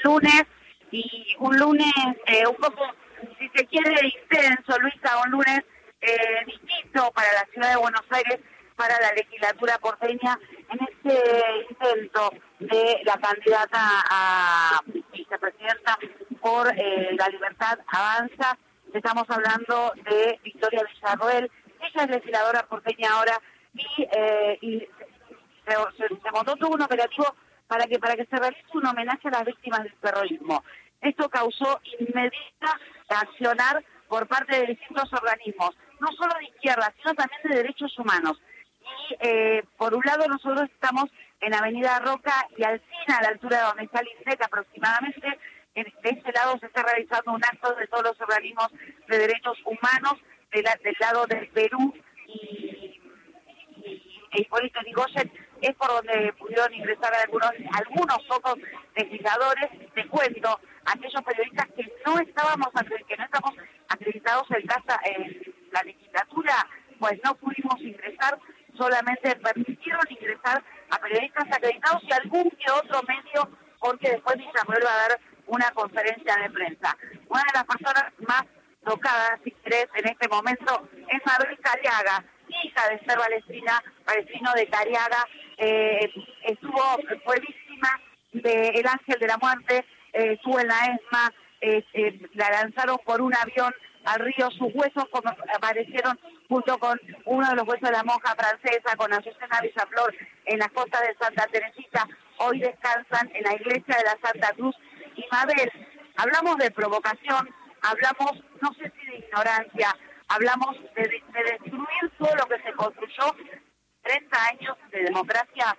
lunes, y un lunes un poco, si se quiere, intenso, Luisa, un lunes distinto para la ciudad de Buenos Aires, para la legislatura porteña, en este intento de la candidata a vicepresidenta por La Libertad Avanza. Estamos hablando de Victoria Villarroel. Ella es legisladora porteña ahora y se montó todo un operativo para que se realice un homenaje a las víctimas del terrorismo. Esto causó inmediata accionar por parte de distintos organismos, no solo de izquierda, sino también de derechos humanos. Y por un lado nosotros estamos en Avenida Roca y Alsina, a la altura de donde está el INDEC aproximadamente. De este lado se está realizando un acto de todos los organismos de derechos humanos del lado del Perú y Hipólito Yrigoyen es por donde pudieron ingresar algunos pocos legisladores. Te cuento, aquellos periodistas que no estamos acreditados en la legislatura, pues no pudimos ingresar, solamente permitieron ingresar a periodistas acreditados y algún que otro medio, porque después Villarroel va a dar una conferencia de prensa. Una de las personas más tocadas, si querés, en este momento es Mabel Cariaga, hija de Esther Palestrino de Cariaga. Fue víctima del Ángel de la Muerte, estuvo en la ESMA, la lanzaron por un avión al río. Sus huesos aparecieron junto con uno de los huesos de la monja francesa, con Azucena Villaflor, en las costas de Santa Teresita. Hoy descansan en la iglesia de la Santa Cruz. Y Mabel, hablamos de provocación, hablamos, no sé si de ignorancia, hablamos de destruir todo lo que se construyó 30 años de democracia.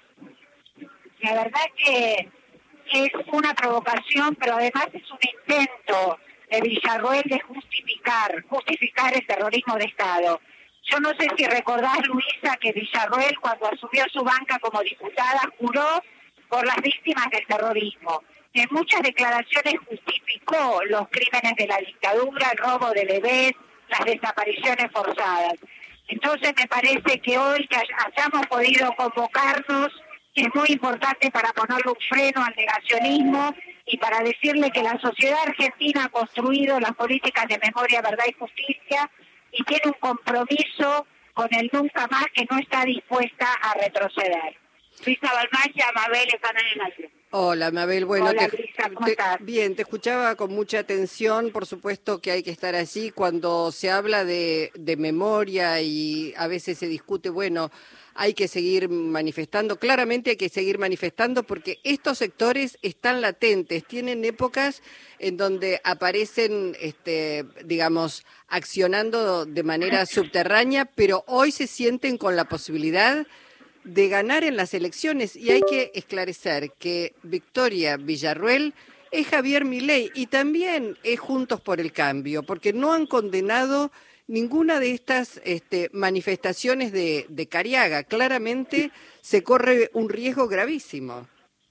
La verdad que es una provocación, pero además es un intento de Villarroel de justificar el terrorismo de Estado. Yo no sé si recordás, Luisa, que Villarroel, cuando asumió su banca como diputada, juró por las víctimas del terrorismo. En muchas declaraciones justificó los crímenes de la dictadura, el robo de bebés, las desapariciones forzadas. Entonces me parece que hoy que hayamos podido convocarnos es muy importante para ponerle un freno al negacionismo y para decirle que la sociedad argentina ha construido las políticas de memoria, verdad y justicia y tiene un compromiso con el nunca más que no está dispuesta a retroceder. Luisa Balmaya, Mabel, están en el aire. Hola, Mabel. Bueno, hola, Luisa, ¿cómo estás? Bien, te escuchaba con mucha atención. Por supuesto que hay que estar allí cuando se habla de memoria y a veces se discute, bueno, hay que seguir manifestando. Claramente hay que seguir manifestando porque estos sectores están latentes, tienen épocas en donde aparecen, digamos, accionando de manera subterránea, pero hoy se sienten con la posibilidad de ganar en las elecciones. Y hay que esclarecer que Victoria Villarroel es Javier Milei y también es Juntos por el Cambio, porque no han condenado ninguna de estas manifestaciones de Cariaga. Claramente se corre un riesgo gravísimo.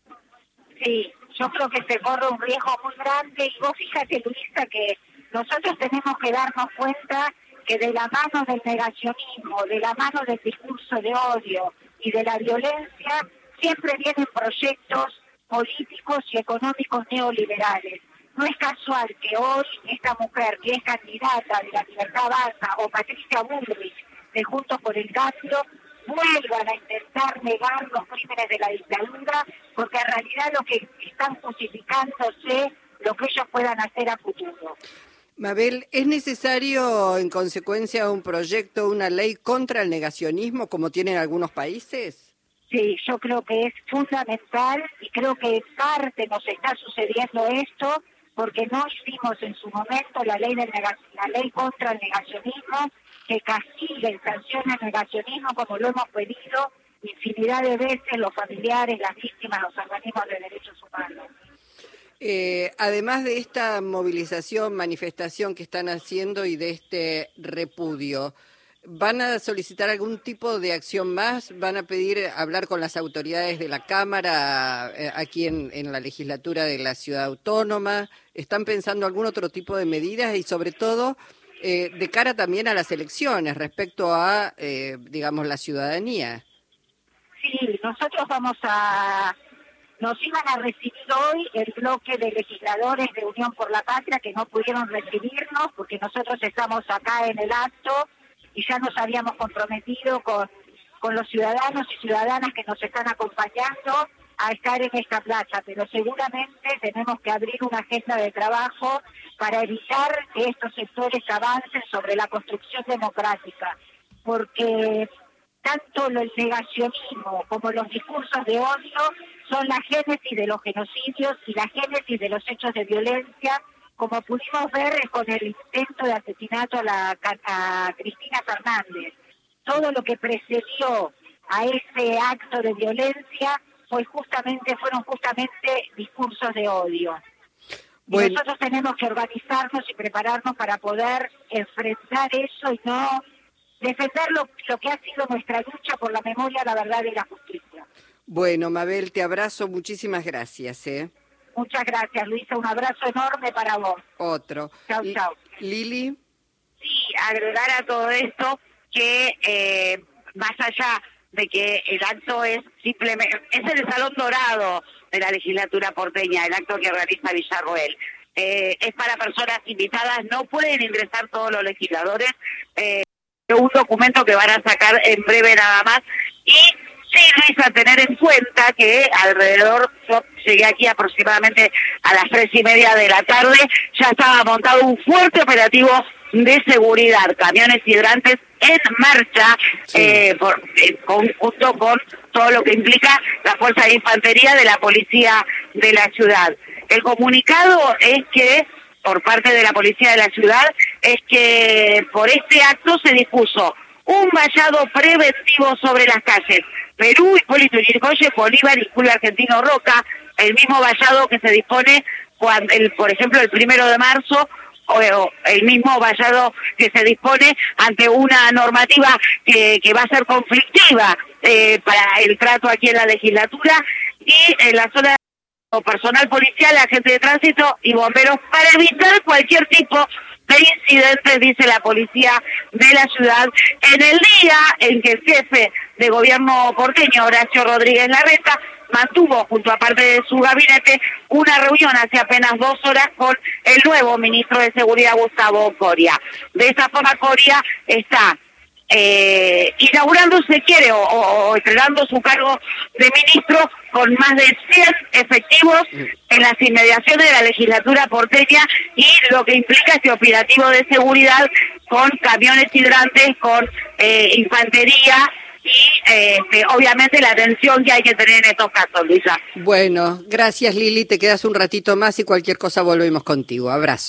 Sí, yo creo que se corre un riesgo muy grande y vos fíjate, Luisa, que nosotros tenemos que darnos cuenta que de la mano del negacionismo, de la mano del discurso de odio y de la violencia, siempre vienen proyectos políticos y económicos neoliberales. No es casual que hoy esta mujer, que es candidata de La Libertad Avanza, o Patricia Bullrich, de Juntos por el Cambio, vuelvan a intentar negar los crímenes de la dictadura, porque en realidad lo que están justificándose lo que ellos puedan hacer a futuro. Mabel, ¿es necesario en consecuencia un proyecto, una ley contra el negacionismo como tienen algunos países? Sí, yo creo que es fundamental y creo que en parte nos está sucediendo esto porque no hicimos en su momento la ley contra el negacionismo que castigue y sancione el negacionismo como lo hemos pedido infinidad de veces los familiares, las víctimas, los organismos de derechos humanos. Además de esta movilización, manifestación que están haciendo y de este repudio, ¿van a solicitar algún tipo de acción más? ¿Van a pedir hablar con las autoridades de la Cámara aquí en la legislatura de la Ciudad Autónoma? ¿Están pensando algún otro tipo de medidas y sobre todo de cara también a las elecciones respecto a, digamos, la ciudadanía? Sí, nosotros vamos a Nos iban a recibir hoy el bloque de legisladores de Unión por la Patria que no pudieron recibirnos porque nosotros estamos acá en el acto y ya nos habíamos comprometido con los ciudadanos y ciudadanas que nos están acompañando a estar en esta plaza, pero seguramente tenemos que abrir una agenda de trabajo para evitar que estos sectores avancen sobre la construcción democrática, porque tanto el negacionismo como los discursos de odio son la génesis de los genocidios y la génesis de los hechos de violencia, como pudimos ver con el intento de asesinato a Cristina Fernández. Todo lo que precedió a ese acto de violencia fueron justamente discursos de odio. Bueno. Y nosotros tenemos que organizarnos y prepararnos para poder enfrentar eso y no defender lo que ha sido nuestra lucha por la memoria, la verdad y la justicia. Bueno, Mabel, te abrazo, muchísimas gracias. Muchas gracias, Luisa, un abrazo enorme para vos. Otro. Chau, chau. Lili. Sí, agregar a todo esto que más allá de que el acto es simplemente, es en el Salón Dorado de la legislatura porteña, el acto que realiza Villarroel. Es para personas invitadas, no pueden ingresar todos los legisladores, un documento que van a sacar en breve nada más, y sí, Luisa, tener en cuenta que alrededor, yo llegué aquí aproximadamente a las 3:30 de la tarde, ya estaba montado un fuerte operativo de seguridad, camiones hidrantes en marcha, sí. Junto con todo lo que implica la fuerza de infantería de la policía de la ciudad. El comunicado es que, por parte de la policía de la ciudad, es que por este acto se dispuso un vallado preventivo sobre las calles Perú, Hipólito Yrigoyen, Bolívar y Julio Argentino Roca, el mismo vallado que se dispone, por ejemplo, el 1 de marzo, o el mismo vallado que se dispone ante una normativa que va a ser conflictiva para el trato aquí en la legislatura, y en la zona de personal policial, agente de tránsito y bomberos para evitar cualquier tipo de incidentes, dice la policía de la ciudad, en el día en que el jefe de gobierno porteño, Horacio Rodríguez Larreta, mantuvo junto a parte de su gabinete una reunión hace apenas 2 horas con el nuevo ministro de Seguridad, Gustavo Coria. De esa forma, Coria está inaugurando, si quiere, o estrenando su cargo de ministro con más de 100 efectivos en las inmediaciones de la legislatura porteña, y lo que implica este operativo de seguridad con camiones hidrantes, con infantería y obviamente la atención que hay que tener en estos casos, Luisa. Bueno, gracias Lili, te quedas un ratito más y cualquier cosa volvemos contigo. Abrazo.